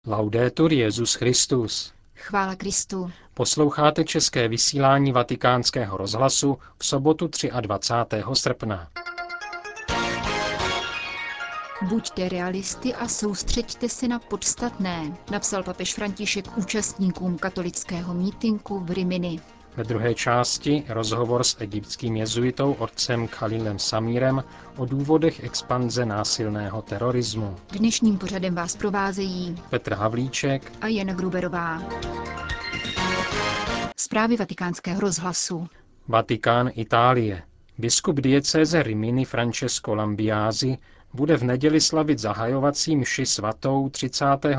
Laudetur Jesus Christus. Chvála Kristu. Posloucháte české vysílání Vatikánského rozhlasu v sobotu 23. srpna. Buďte realisty a soustřeďte se na podstatné, napsal papež František účastníkům katolického mítinku v Rimini. Ve druhé části rozhovor s egyptským jezuitou otcem Khalilem Samírem o důvodech expanze násilného terorismu. Dnešním pořadem vás provázejí Petr Havlíček a Jana Gruberová. Zprávy Vatikánského rozhlasu. Vatikán, Itálie. Biskup diecéze Rimini Francesco Lambiasi bude v neděli slavit zahajovací mši svatou 35.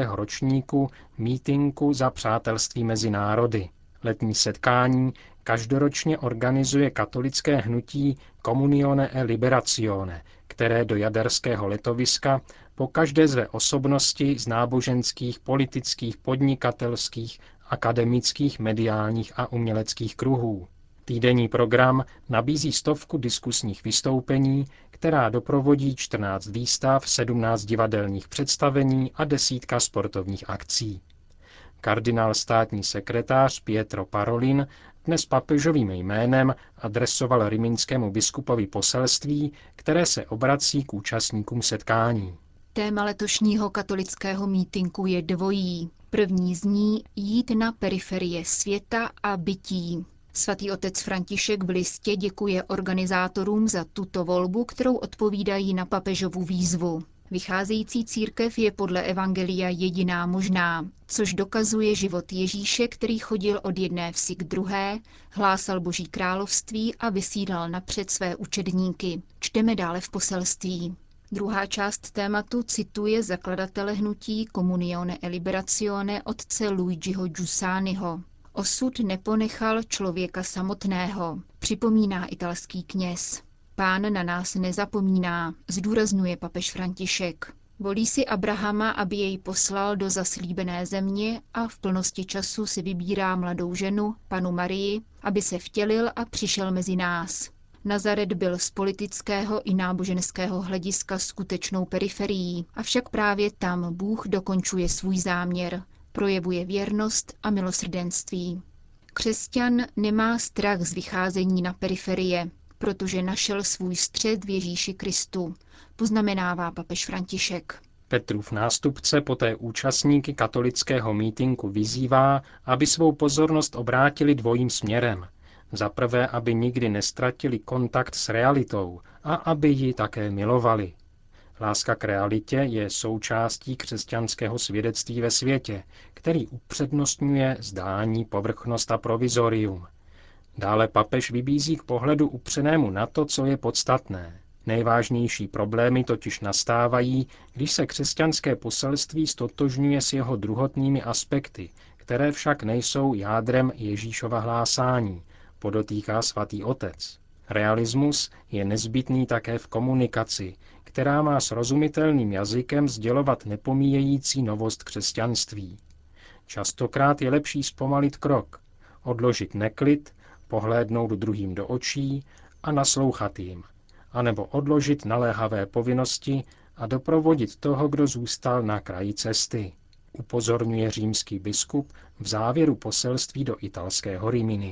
ročníku mítinku za přátelství mezi národy. Letní setkání každoročně organizuje katolické hnutí Comunione e Liberazione, které do jaderského letoviska pokaždé zve osobnosti z náboženských, politických, podnikatelských, akademických, mediálních a uměleckých kruhů. Týdenní program nabízí 100 diskusních vystoupení, která doprovodí 14 výstav, 17 divadelních představení a 10 sportovních akcí. Kardinál státní sekretář Pietro Parolin dnes papežovým jménem adresoval riminskému biskupovi poselství, které se obrací k účastníkům setkání. Téma letošního katolického mítinku je dvojí. První zní jít na periferie světa a bytí. Svatý otec František v listě děkuje organizátorům za tuto volbu, kterou odpovídají na papežovu výzvu. Vycházející církev je podle evangelia jediná možná, což dokazuje život Ježíše, který chodil od jedné vsi k druhé, hlásal Boží království a vysílal napřed své učedníky. Čteme dále v poselství. Druhá část tématu cituje zakladatele hnutí Comunione e Liberazione otce Luigiho Giussaniho. Osud neponechal člověka samotného, připomíná italský kněz. Pán na nás nezapomíná, zdůrazňuje papež František. Volí si Abrahama, aby jej poslal do zaslíbené země a v plnosti času si vybírá mladou ženu, panu Marii, aby se vtělil a přišel mezi nás. Nazaret byl z politického i náboženského hlediska skutečnou periferií, avšak právě tam Bůh dokončuje svůj záměr, projevuje věrnost a milosrdenství. Křesťan nemá strach z vycházení na periferie, protože našel svůj střed v Ježíši Kristu, poznamenává papež František. Petrův nástupce poté účastníky katolického mítinku vyzývá, aby svou pozornost obrátili dvojím směrem. Za prvé, aby nikdy nestratili kontakt s realitou a aby ji také milovali. Láska k realitě je součástí křesťanského svědectví ve světě, který upřednostňuje zdání, povrchnost a provizorium. Dále papež vybízí k pohledu upřenému na to, co je podstatné. Nejvážnější problémy totiž nastávají, když se křesťanské poselství stotožňuje s jeho druhotnými aspekty, které však nejsou jádrem Ježíšova hlásání, podotýká svatý otec. Realismus je nezbytný také v komunikaci, která má srozumitelným jazykem sdělovat nepomíjející novost křesťanství. Častokrát je lepší zpomalit krok, odložit neklid, pohlédnout druhým do očí a naslouchat jim, anebo odložit naléhavé povinnosti a doprovodit toho, kdo zůstal na kraji cesty, upozorňuje římský biskup v závěru poselství do italského Rimini.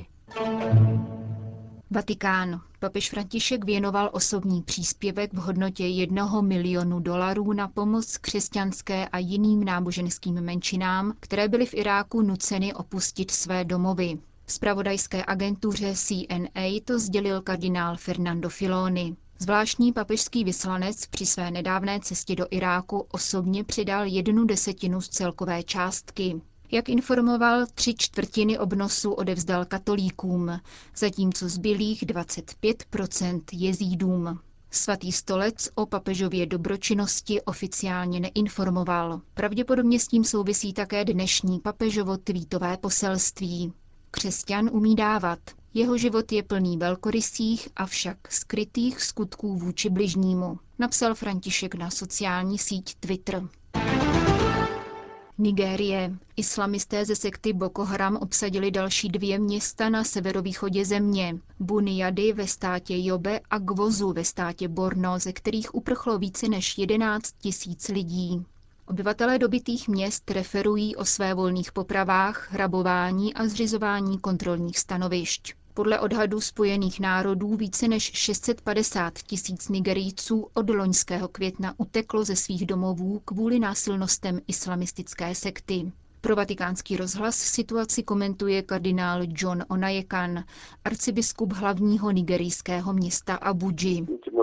Vatikán. Papež František věnoval osobní příspěvek v hodnotě $1 milionu na pomoc křesťanské a jiným náboženským menšinám, které byly v Iráku nuceny opustit své domovy. Zpravodajské agentuře CNA to sdělil kardinál Fernando Filoni. Zvláštní papežský vyslanec při své nedávné cestě do Iráku osobně přidal 1/10 z celkové částky. Jak informoval, 3/4 obnosu odevzdal katolíkům, zatímco zbylých 25% jezídům. Svatý stolec o papežově dobročinnosti oficiálně neinformoval. Pravděpodobně s tím souvisí také dnešní papežovo tweetové poselství. Křesťan umí dávat. Jeho život je plný velkorysých, avšak skrytých skutků vůči bližnímu, napsal František na sociální síť Twitter. Nigérie. Islamisté ze sekty Boko Haram obsadili další 2 města na severovýchodě země. Buniyadi ve státě Yobe a Gwozu ve státě Borno, ze kterých uprchlo více než 11 000 lidí. Obyvatelé dobytých měst referují o svévolných popravách, rabování a zřizování kontrolních stanovišť. Podle odhadů Spojených národů více než 650 tisíc Nigerijců od loňského května uteklo ze svých domovů kvůli násilnostem islamistické sekty. Pro Vatikánský rozhlas situaci komentuje kardinál John Onayekan, arcibiskup hlavního nigerijského města Abuji.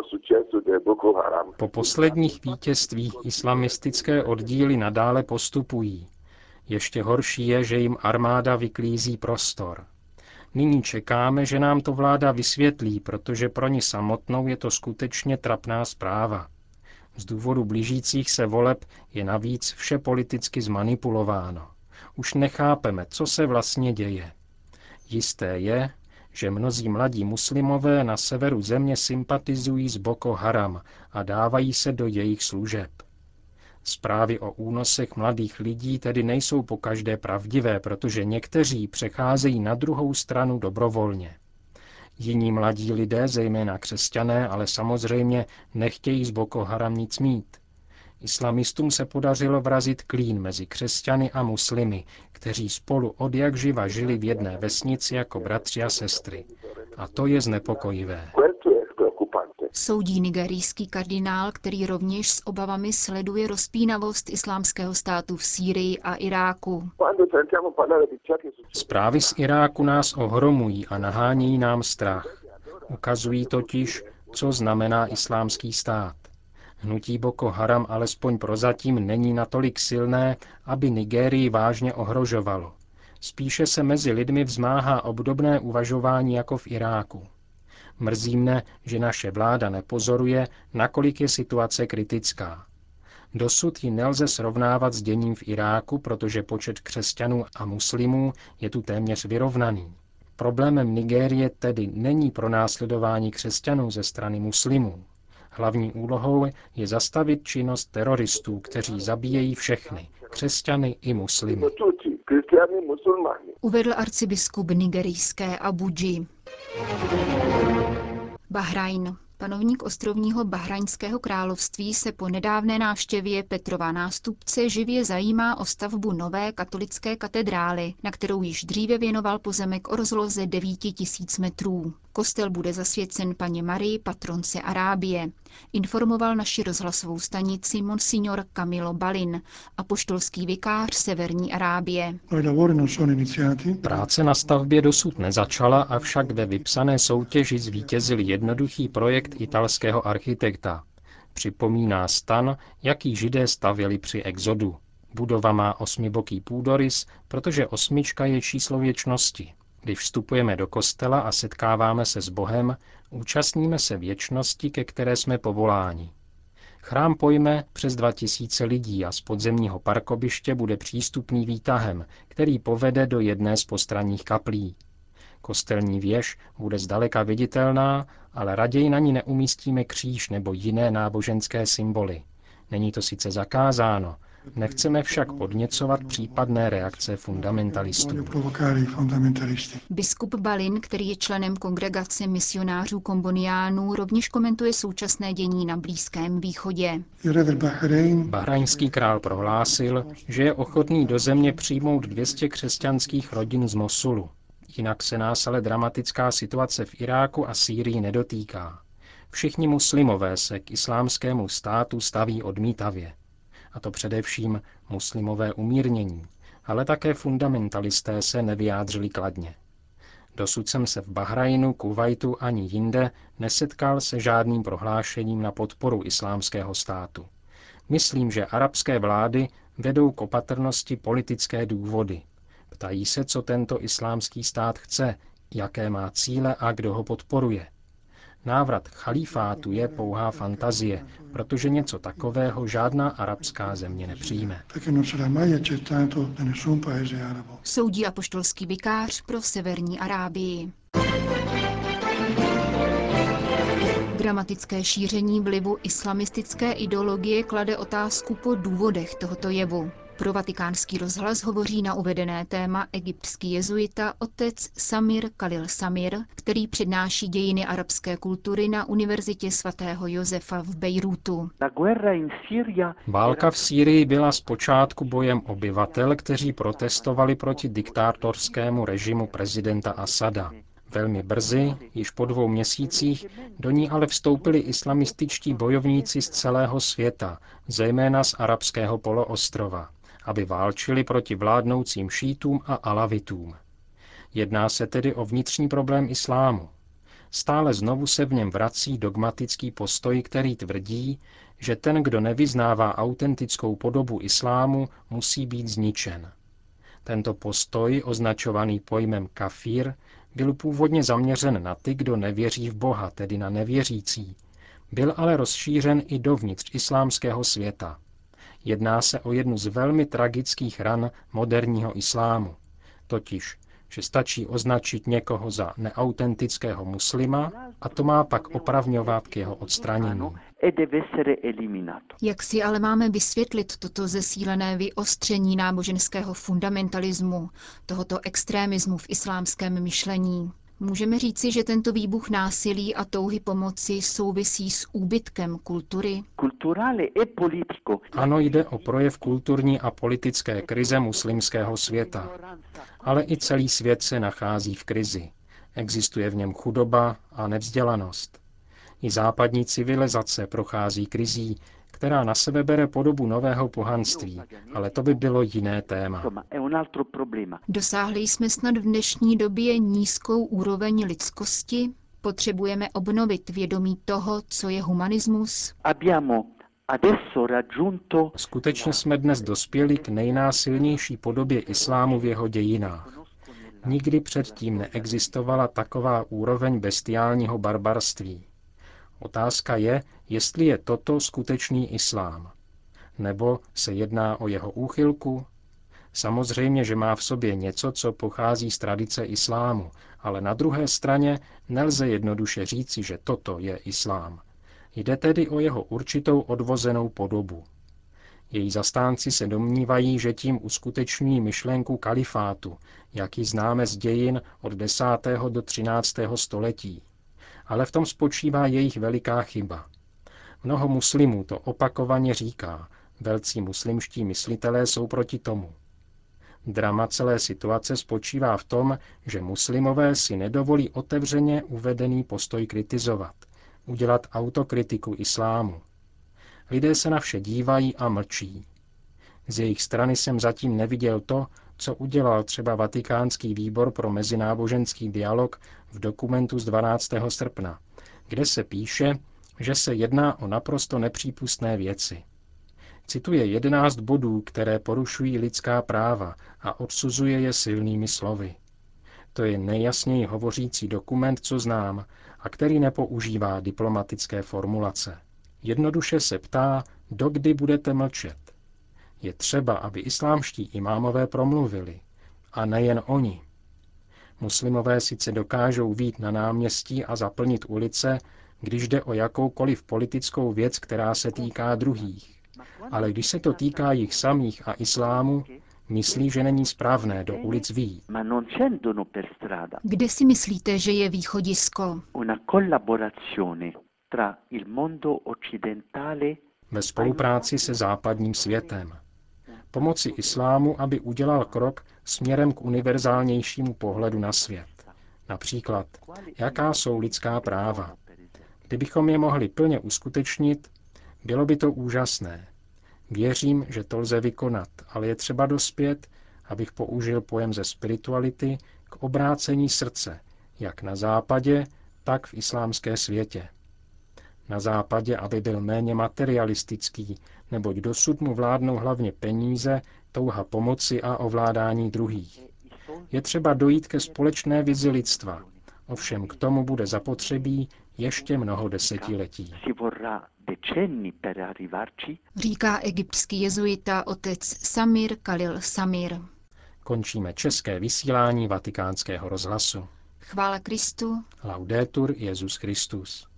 Po posledních vítězstvích islamistické oddíly nadále postupují. Ještě horší je, že jim armáda vyklízí prostor. Nyní čekáme, že nám to vláda vysvětlí, protože pro ní samotnou je to skutečně trapná zpráva. Z důvodu blížících se voleb je navíc vše politicky zmanipulováno. Už nechápeme, co se vlastně děje. Jisté je, že mnozí mladí muslimové na severu země sympatizují s Boko Haram a dávají se do jejich služeb. Zprávy o únosech mladých lidí tedy nejsou pokaždé pravdivé, protože někteří přecházejí na druhou stranu dobrovolně. Jiní mladí lidé, zejména křesťané, ale samozřejmě nechtějí z Boko Haram nic mít. Islamistům se podařilo vrazit klín mezi křesťany a muslimy, kteří spolu odjakživa žili v jedné vesnici jako bratři a sestry. A to je znepokojivé. Soudí nigerijský kardinál, který rovněž s obavami sleduje rozpínavost islámského státu v Sýrii a Iráku. Zprávy z Iráku nás ohromují a nahánějí nám strach. Ukazují totiž, co znamená islámský stát. Hnutí Boko Haram alespoň prozatím není natolik silné, aby Nigérii vážně ohrožovalo. Spíše se mezi lidmi vzmáhá obdobné uvažování jako v Iráku. Mrzí mne, že naše vláda nepozoruje, nakolik je situace kritická. Dosud ji nelze srovnávat s děním v Iráku, protože počet křesťanů a muslimů je tu téměř vyrovnaný. Problémem Nigérie tedy není pronásledování křesťanů ze strany muslimů. Hlavní úlohou je zastavit činnost teroristů, kteří zabíjejí všechny, křesťany i muslimy. Uvedl arcibiskup nigerijské Abuji. Bahrajn. Panovník ostrovního Bahrajnského království se po nedávné návštěvě Petrova nástupce živě zajímá o stavbu nové katolické katedrály, na kterou již dříve věnoval pozemek o rozloze 9 000 metrů. Kostel bude zasvěcen Panně Marii, patronce Arábie, informoval naši rozhlasovou stanici monsignor Camilo Balin, apoštolský vikář Severní Arábie. Práce na stavbě dosud nezačala, avšak ve vypsané soutěži zvítězil jednoduchý projekt italského architekta. Připomíná stan, jaký Židé stavěli při exodu. Budova má 8boký půdorys, protože 8 je číslo věčnosti. Když vstupujeme do kostela a setkáváme se s Bohem, účastníme se věčnosti, ke které jsme povoláni. Chrám pojme přes 2000 lidí a z podzemního parkoviště bude přístupný výtahem, který povede do jedné z postranních kaplí. Kostelní věž bude zdaleka viditelná, ale raději na ní neumístíme kříž nebo jiné náboženské symboly. Není to sice zakázáno, nechceme však podněcovat případné reakce fundamentalistů. Biskup Balin, který je členem kongregace misionářů komboniánů, rovněž komentuje současné dění na Blízkém východě. Bahrajnský král prohlásil, že je ochotný do země přijmout 200 křesťanských rodin z Mosulu. Jinak se nás ale dramatická situace v Iráku a Sýrii nedotýká. Všichni muslimové se k islámskému státu staví odmítavě. A to především muslimové umírnění, ale také fundamentalisté se nevyjádřili kladně. Dosud jsem se v Bahrajnu, Kuvajtu ani jinde nesetkal se žádným prohlášením na podporu islámského státu. Myslím, že arabské vlády vedou k opatrnosti politické důvody. Ptají se, co tento islámský stát chce, jaké má cíle a kdo ho podporuje. Návrat chalífátu je pouhá fantazie, protože něco takového žádná arabská země nepřijme. Soudí apoštolský vikář pro Severní Arábii. Dramatické šíření vlivu islamistické ideologie klade otázku po důvodech tohoto jevu. Pro Vatikánský rozhlas hovoří na uvedené téma egyptský jezuita otec Samir Khalil Samir, který přednáší dějiny arabské kultury na Univerzitě svatého Josefa v Bejrútu. Válka v Sýrii byla zpočátku bojem obyvatel, kteří protestovali proti diktátorskému režimu prezidenta Asada. Velmi brzy, již po 2 měsících, do ní ale vstoupili islamističtí bojovníci z celého světa, zejména z arabského poloostrova, aby válčili proti vládnoucím šítům a alavitům. Jedná se tedy o vnitřní problém islámu. Stále znovu se v něm vrací dogmatický postoj, který tvrdí, že ten, kdo nevyznává autentickou podobu islámu, musí být zničen. Tento postoj, označovaný pojmem kafír, byl původně zaměřen na ty, kdo nevěří v Boha, tedy na nevěřící. Byl ale rozšířen i dovnitř islámského světa. Jedná se o jednu z velmi tragických ran moderního islámu. Totiž, že stačí označit někoho za neautentického muslima a to má pak opravňovat k jeho odstranění. Jak si ale máme vysvětlit toto zesílené vyostření náboženského fundamentalismu, tohoto extrémismu v islámském myšlení? Můžeme říci, že tento výbuch násilí a touhy pomoci souvisí s úbytkem kultury? Ano, jde o projev kulturní a politické krize muslimského světa. Ale i celý svět se nachází v krizi. Existuje v něm chudoba a nevzdělanost. I západní civilizace prochází krizí, která na sebe bere podobu nového pohanství, ale to by bylo jiné téma. Dosáhli jsme snad v dnešní době nízkou úroveň lidskosti? Potřebujeme obnovit vědomí toho, co je humanismus? Skutečně jsme dnes dospěli k nejnásilnější podobě islámu v jeho dějinách. Nikdy předtím neexistovala taková úroveň bestiálního barbarství. Otázka je, jestli je toto skutečný islám. Nebo se jedná o jeho úchylku? Samozřejmě, že má v sobě něco, co pochází z tradice islámu, ale na druhé straně nelze jednoduše říci, že toto je islám. Jde tedy o jeho určitou odvozenou podobu. Její zastánci se domnívají, že tím uskutečňují myšlenku kalifátu, jak ji známe z dějin od 10. do 13. století. Ale v tom spočívá jejich veliká chyba. Mnoho muslimů to opakovaně říká, velcí muslimští myslitelé jsou proti tomu. Drama celé situace spočívá v tom, že muslimové si nedovolí otevřeně uvedený postoj kritizovat, udělat autokritiku islámu. Lidé se na vše dívají a mlčí. Z jejich strany jsem zatím neviděl to, co udělal třeba Vatikánský výbor pro mezináboženský dialog v dokumentu z 12. srpna, kde se píše, že se jedná o naprosto nepřípustné věci. Cituje 11 bodů, které porušují lidská práva a odsuzuje je silnými slovy. To je nejjasněji hovořící dokument, co znám, a který nepoužívá diplomatické formulace. Jednoduše se ptá, dokdy budete mlčet. Je třeba, aby islámští imámové promluvili. A nejen oni. Muslimové sice dokážou vyjít na náměstí a zaplnit ulice, když jde o jakoukoliv politickou věc, která se týká druhých. Ale když se to týká jich samých a islámu, myslí, že není správné do ulic vyjít. Kde si myslíte, že je východisko? Ve spolupráci se západním světem. Pomoci islámu, aby udělal krok směrem k univerzálnějšímu pohledu na svět. Například, jaká jsou lidská práva. Kdybychom je mohli plně uskutečnit, bylo by to úžasné. Věřím, že to lze vykonat, ale je třeba dospět, abych použil pojem ze spirituality, k obrácení srdce, jak na západě, tak v islámské světě. Na západě, aby byl méně materialistický, neboť dosud mu vládnou hlavně peníze, touha pomoci a ovládání druhých. Je třeba dojít ke společné vizi lidstva, ovšem k tomu bude zapotřebí ještě mnoho desetiletí. Říká egyptský jezuita otec Samir Khalil Samir. Končíme české vysílání Vatikánského rozhlasu. Chvála Kristu. Laudetur Jesus Christus.